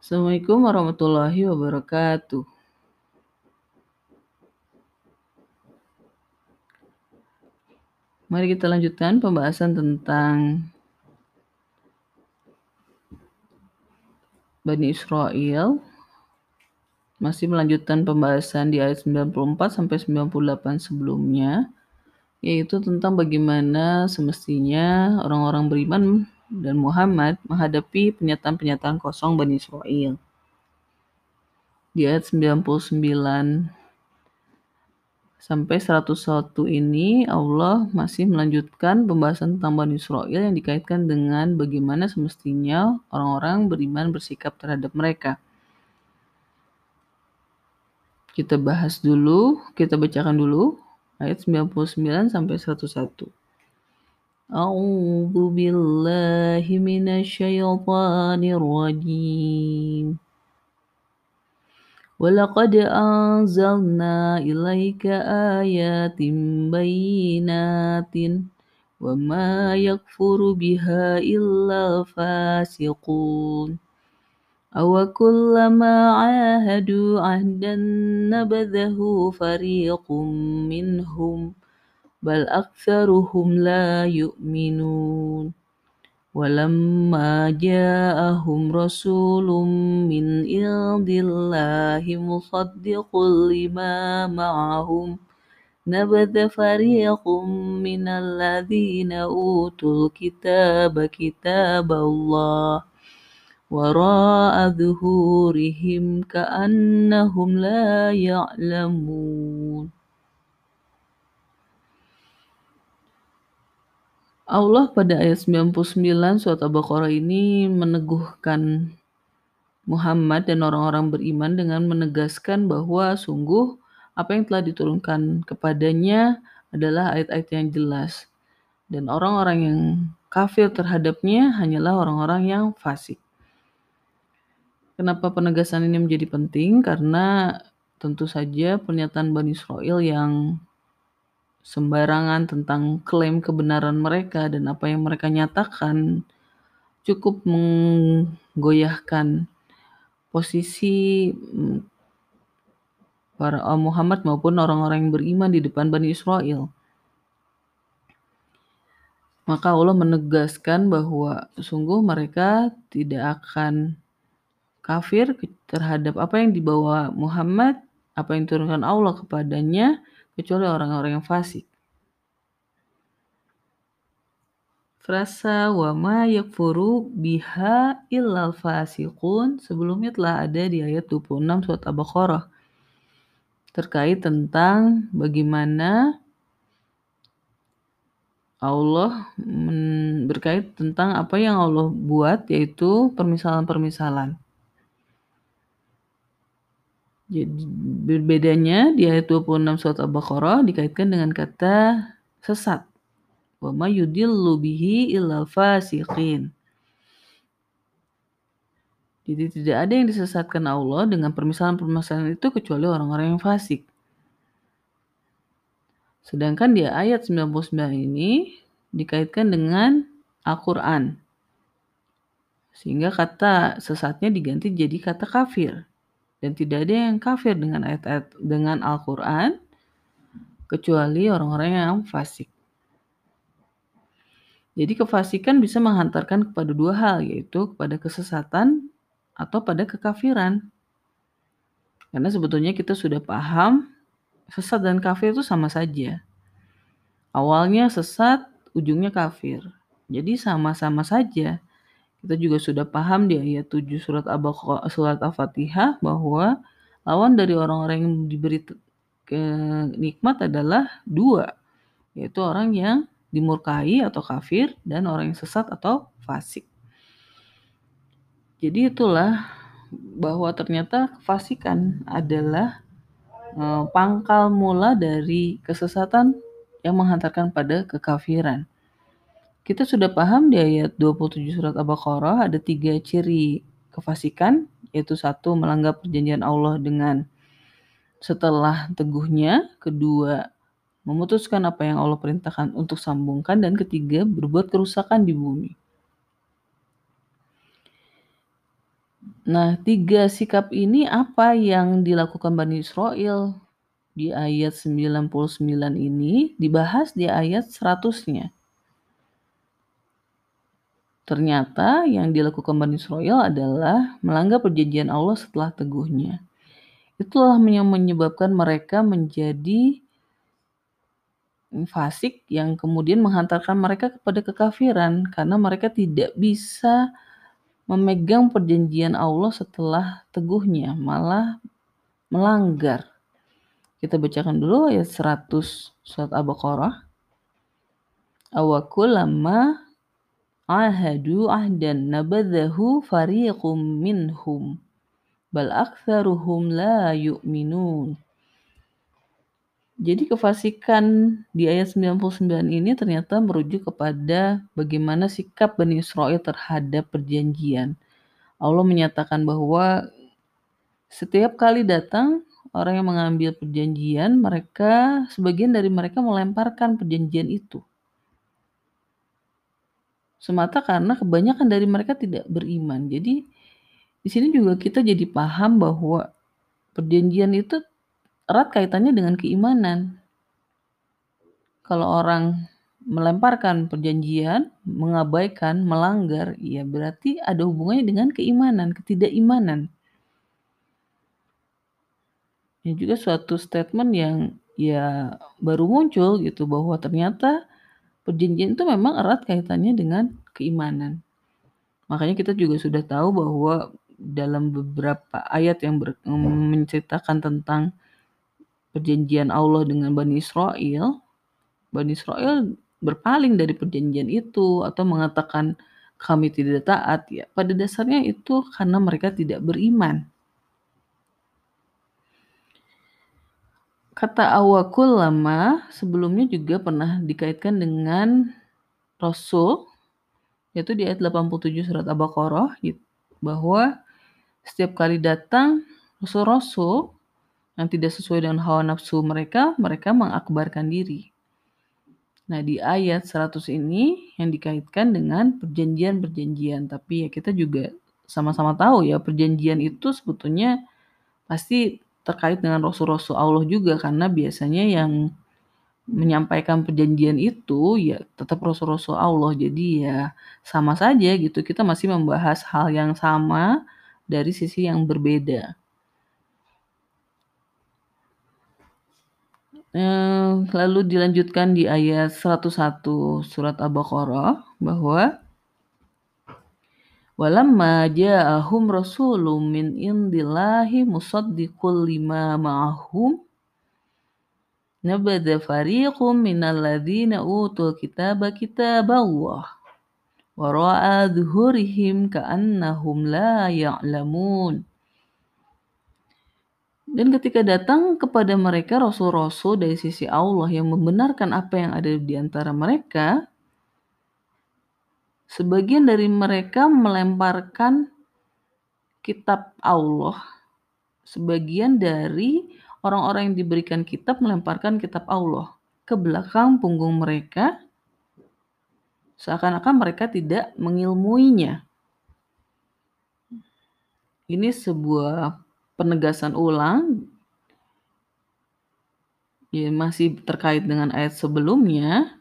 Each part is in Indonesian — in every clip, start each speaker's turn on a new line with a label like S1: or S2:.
S1: Assalamualaikum warahmatullahi wabarakatuh. Mari kita lanjutkan pembahasan tentang Bani Israil. Masih melanjutkan pembahasan di ayat 94 sampai 98 sebelumnya, yaitu tentang bagaimana semestinya orang-orang beriman dan Muhammad menghadapi pernyataan-pernyataan kosong Bani Israil. Di ayat 99 sampai 101 ini Allah masih melanjutkan pembahasan tentang Bani Israil yang dikaitkan dengan bagaimana semestinya orang-orang beriman bersikap terhadap mereka. Kita bahas dulu, kita bacakan dulu ayat 99 sampai 101. A'udzu billahi minasyaitonir rajim. وَلَقَدْ أَنزَلْنَا إِلَيْكَ آيَاتٍ بَيِّنَاتٍ وَمَا يَكْفُرُ بِهَا إِلَّا الْفَاسِقُونَ أَوَكُلَّمَا عَاهَدُوا عَهْدًا نَبَذَهُ فَرِيقٌ مِّنْهُمْ بَلْ أَكْثَرُهُمْ لَا يُؤْمِنُونَ وَلَمَّا جَاءَهُمْ رَسُولٌ مِّنْ عِندِ اللَّهِ مُصَدِّقٌ لِمَا مَعَهُمْ نَبَذَ فَرِيقٌ مِّنَ الَّذِينَ أُوتُوا الْكِتَابَ كِتَابَ اللَّهِ وَرَاءَ ظُهُورِهِمْ كَأَنَّهُمْ لَا يَعْلَمُونَ. Allah pada ayat 99 surat Al-Baqarah ini meneguhkan Muhammad dan orang-orang beriman dengan menegaskan bahwa sungguh apa yang telah diturunkan kepadanya adalah ayat-ayat yang jelas. Dan orang-orang yang kafir terhadapnya hanyalah orang-orang yang fasik. Kenapa penegasan ini menjadi penting? Karena tentu saja pernyataan Bani Israil yang sembarangan tentang klaim kebenaran mereka dan apa yang mereka nyatakan cukup menggoyahkan posisi para Muhammad maupun orang-orang yang beriman di depan Bani Israil. Maka Allah menegaskan bahwa sungguh mereka tidak akan kafir terhadap apa yang dibawa Muhammad, apa yang diturunkan Allah kepadanya, kecuali orang-orang yang fasik. Frasa wa ma yakfuru biha illal fasiqun sebelumnya telah ada di ayat 26 surat Al-Baqarah terkait tentang bagaimana Allah berkait tentang apa yang Allah buat, yaitu permisalan-permisalan. Jadi berbedanya di ayat 26 surat Al-Baqarah dikaitkan dengan kata sesat. Wa ma yudillu bihi illal fasiqin. Jadi tidak ada yang disesatkan Allah dengan permisalan-permisalan itu kecuali orang-orang yang fasik. Sedangkan di ayat 99 ini dikaitkan dengan Al-Quran. Sehingga kata sesatnya diganti jadi kata kafir. Dan tidak ada yang kafir dengan ayat-ayat dengan Al-Quran kecuali orang-orang yang fasik. Jadi kefasikan bisa menghantarkan kepada dua hal, yaitu kepada kesesatan atau pada kekafiran. Karena sebetulnya kita sudah paham sesat dan kafir itu sama saja. Awalnya sesat, ujungnya kafir. Jadi sama-sama saja. Kita juga sudah paham di ayat 7 surat Al-Fatihah bahwa lawan dari orang-orang yang diberi nikmat adalah dua, yaitu orang yang dimurkai atau kafir dan orang yang sesat atau fasik. Jadi itulah bahwa ternyata kefasikan adalah pangkal mula dari kesesatan yang menghantarkan pada kekafiran. Kita sudah paham di ayat 27 surat Al-Baqarah ada 3 ciri kefasikan, yaitu 1, melanggar perjanjian Allah dengan setelah teguhnya, 2, memutuskan apa yang Allah perintahkan untuk sambungkan, dan 3, berbuat kerusakan di bumi. Nah, 3 sikap ini apa yang dilakukan Bani Israil di ayat 99 ini dibahas di ayat 100-nya. Ternyata yang dilakukan Bani Israil adalah melanggar perjanjian Allah setelah teguhnya. Itulah yang menyebabkan mereka menjadi fasik yang kemudian menghantarkan mereka kepada kekafiran karena mereka tidak bisa memegang perjanjian Allah setelah teguhnya, malah melanggar. Kita bacakan dulu ayat 100 surat Al-Baqarah. Awakulamma ahadu ahdan nabadhahu fariqum minhum bal aktsaruhum la yu'minun. Jadi kefasikan di ayat 99 ini ternyata merujuk kepada bagaimana sikap Bani Israil terhadap perjanjian. Allah menyatakan bahwa setiap kali datang orang yang mengambil perjanjian, sebagian dari mereka melemparkan perjanjian itu. Semata karena kebanyakan dari mereka tidak beriman. Jadi di sini juga kita jadi paham bahwa perjanjian itu erat kaitannya dengan keimanan. Kalau orang melemparkan perjanjian, mengabaikan, melanggar, ya berarti ada hubungannya dengan keimanan, ketidakimanan. Ini juga suatu statement yang ya baru muncul gitu bahwa ternyata perjanjian itu memang erat kaitannya dengan keimanan. Makanya kita juga sudah tahu bahwa dalam beberapa ayat yang menceritakan tentang perjanjian Allah dengan Bani Israil berpaling dari perjanjian itu atau mengatakan kami tidak taat, ya pada dasarnya itu karena mereka tidak beriman. Kata awakul lama sebelumnya juga pernah dikaitkan dengan Rasul, yaitu di ayat 87 surat Al-Baqarah, bahwa setiap kali datang Rasul-Rasul yang tidak sesuai dengan hawa nafsu mereka mengakbarkan diri. Nah, di ayat 100 ini yang dikaitkan dengan perjanjian-perjanjian. Tapi ya kita juga sama-sama tahu ya perjanjian itu sebetulnya pasti terkait dengan Rasul-Rasul Allah juga karena biasanya yang menyampaikan perjanjian itu ya tetap Rasul-Rasul Allah. Jadi ya sama saja gitu. Kita masih membahas hal yang sama dari sisi yang berbeda. Lalu dilanjutkan di ayat 101 surat Al-Baqarah bahwa walamma ja'ahum rasulun min indillahi musaddiqul lima ma'ahum nabadha fariqum minal ladzina utul kitaba kitaballah wara'a dhuhurihim ka'annahum la ya'lamun. Dan ketika datang kepada mereka rasul-rasul dari sisi Allah yang membenarkan apa yang ada di antara mereka, sebagian dari mereka melemparkan kitab Allah. Sebagian dari orang-orang yang diberikan kitab melemparkan kitab Allah ke belakang punggung mereka, seakan-akan mereka tidak mengilmuinya. Ini sebuah penegasan ulang, ya masih terkait dengan ayat sebelumnya.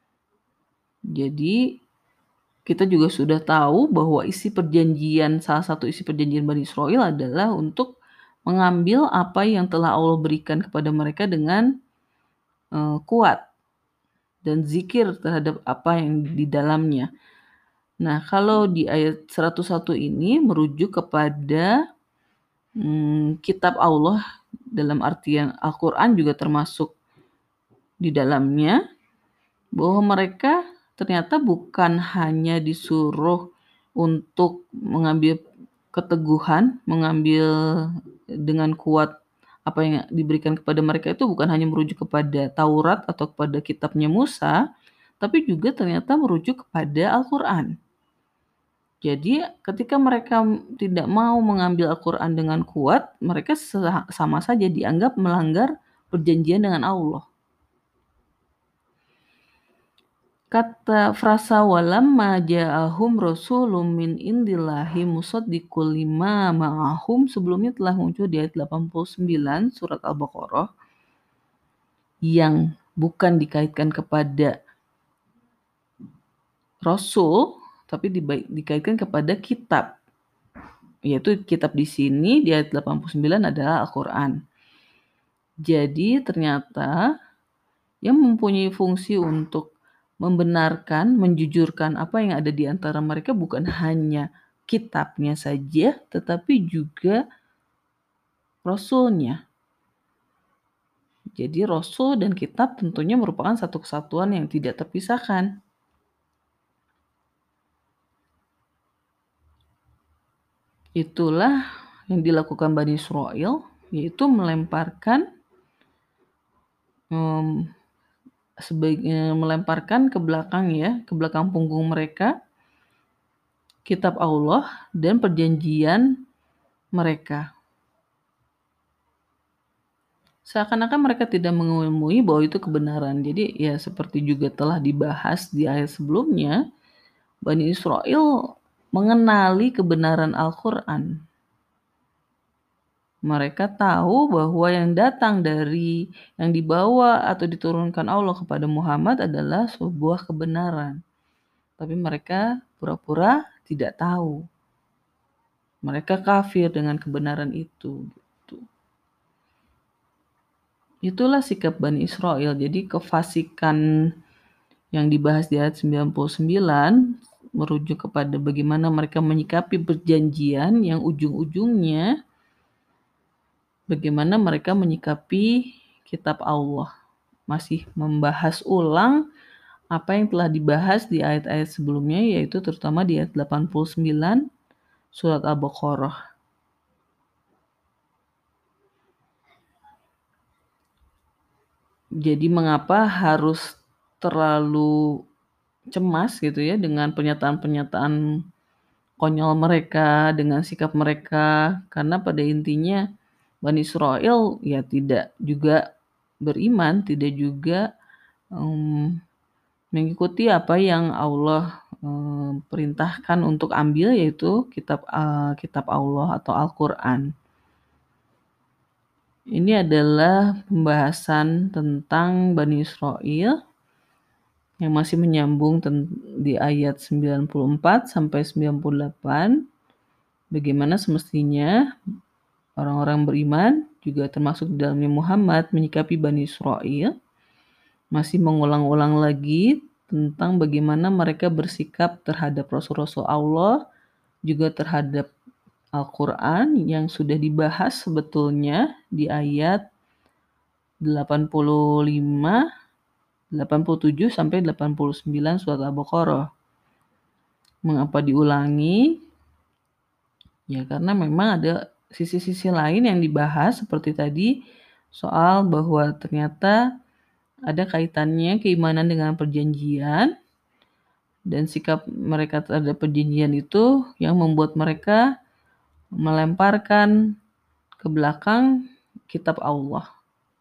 S1: Jadi kita juga sudah tahu bahwa salah satu isi perjanjian Bani Israil adalah untuk mengambil apa yang telah Allah berikan kepada mereka dengan kuat dan zikir terhadap apa yang di dalamnya. Nah, kalau di ayat 101 ini merujuk kepada kitab Allah dalam artian Al-Quran juga termasuk di dalamnya, bahwa mereka ternyata bukan hanya disuruh untuk mengambil keteguhan, mengambil dengan kuat apa yang diberikan kepada mereka itu bukan hanya merujuk kepada Taurat atau kepada kitabnya Musa, tapi juga ternyata merujuk kepada Al-Quran. Jadi ketika mereka tidak mau mengambil Al-Quran dengan kuat, mereka sama saja dianggap melanggar perjanjian dengan Allah. Kata frasa walamma ja'ahum rasulun min indillahi musaddiqul lima ma'ahum sebelumnya telah muncul di ayat 89 surat Al-Baqarah yang bukan dikaitkan kepada rasul tapi dikaitkan kepada kitab, yaitu kitab di sini di ayat 89 adalah Al-Qur'an. Jadi ternyata yang mempunyai fungsi untuk membenarkan, menjujurkan apa yang ada di antara mereka bukan hanya kitabnya saja, tetapi juga rasulnya. Jadi rasul dan kitab tentunya merupakan satu kesatuan yang tidak terpisahkan. Itulah yang dilakukan Bani Israil, yaitu melemparkan melemparkan ke belakang ya, ke belakang punggung mereka kitab Allah dan perjanjian mereka. Seakan-akan mereka tidak mengilmui bahwa itu kebenaran. Jadi ya seperti juga telah dibahas di ayat sebelumnya, Bani Israil mengenali kebenaran Al-Quran. Mereka tahu bahwa yang datang dari yang dibawa atau diturunkan Allah kepada Muhammad adalah sebuah kebenaran. Tapi mereka pura-pura tidak tahu. Mereka kafir dengan kebenaran itu. Itulah sikap Bani Israil. Jadi kefasikan yang dibahas di ayat 99 merujuk kepada bagaimana mereka menyikapi perjanjian yang ujung-ujungnya bagaimana mereka menyikapi kitab Allah. Masih membahas ulang apa yang telah dibahas di ayat-ayat sebelumnya, yaitu terutama di ayat 89 surat Al-Baqarah. Jadi mengapa harus terlalu cemas gitu ya dengan pernyataan-pernyataan konyol mereka, dengan sikap mereka, karena pada intinya Bani Israil ya tidak juga beriman, tidak juga mengikuti apa yang Allah perintahkan untuk ambil, yaitu kitab Allah atau Al-Quran. Ini adalah pembahasan tentang Bani Israil yang masih menyambung di ayat 94 sampai 98. Bagaimana semestinya orang-orang beriman, juga termasuk di dalamnya Muhammad, menyikapi Bani Israil. Masih mengulang-ulang lagi tentang bagaimana mereka bersikap terhadap Rasul-Rasul Allah, juga terhadap Al-Quran yang sudah dibahas sebetulnya di ayat 85, 87 sampai 89 surat Al-Baqarah. Mengapa diulangi? Ya karena memang ada sisi-sisi lain yang dibahas seperti tadi soal bahwa ternyata ada kaitannya keimanan dengan perjanjian dan sikap mereka terhadap perjanjian itu yang membuat mereka melemparkan ke belakang kitab Allah.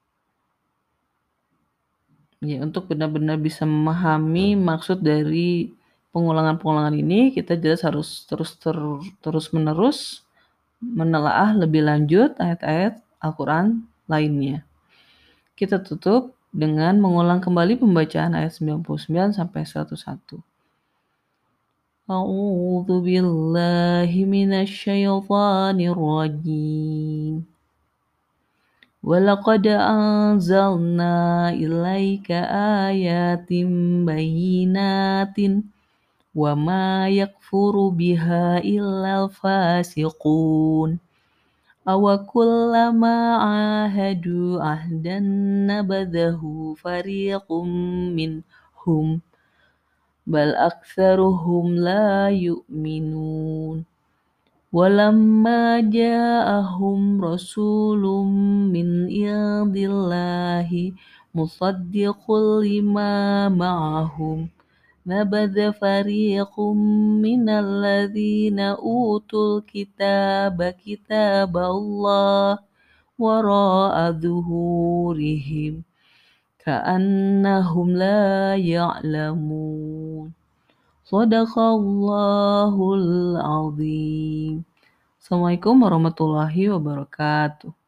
S1: Ya, untuk benar-benar bisa memahami maksud dari pengulangan-pengulangan ini, kita jelas harus terus-menerus menelaah lebih lanjut ayat-ayat Al-Quran lainnya. Kita tutup dengan mengulang kembali pembacaan ayat 99 sampai 101. A'udzu billahi minasyaitonir rajim. Walaqad anzalna ilaika ayatin bayyinatin wa ma yakfuru biha illal fasiqun. Awa kullama ahadu ahdan nabadahu fariqum minhum bal aktsaruhum la yu'minun. Walamma ja'ahum rasulun min indillahi musaddiqul lima ma'ahum nabadha fariqum minal ladzina utul kitaba kitaballah wara'a dhuhurihim كأنهم لا يعلمون. صدق الله العظيم. Assalamualaikum warahmatullahi wabarakatuh.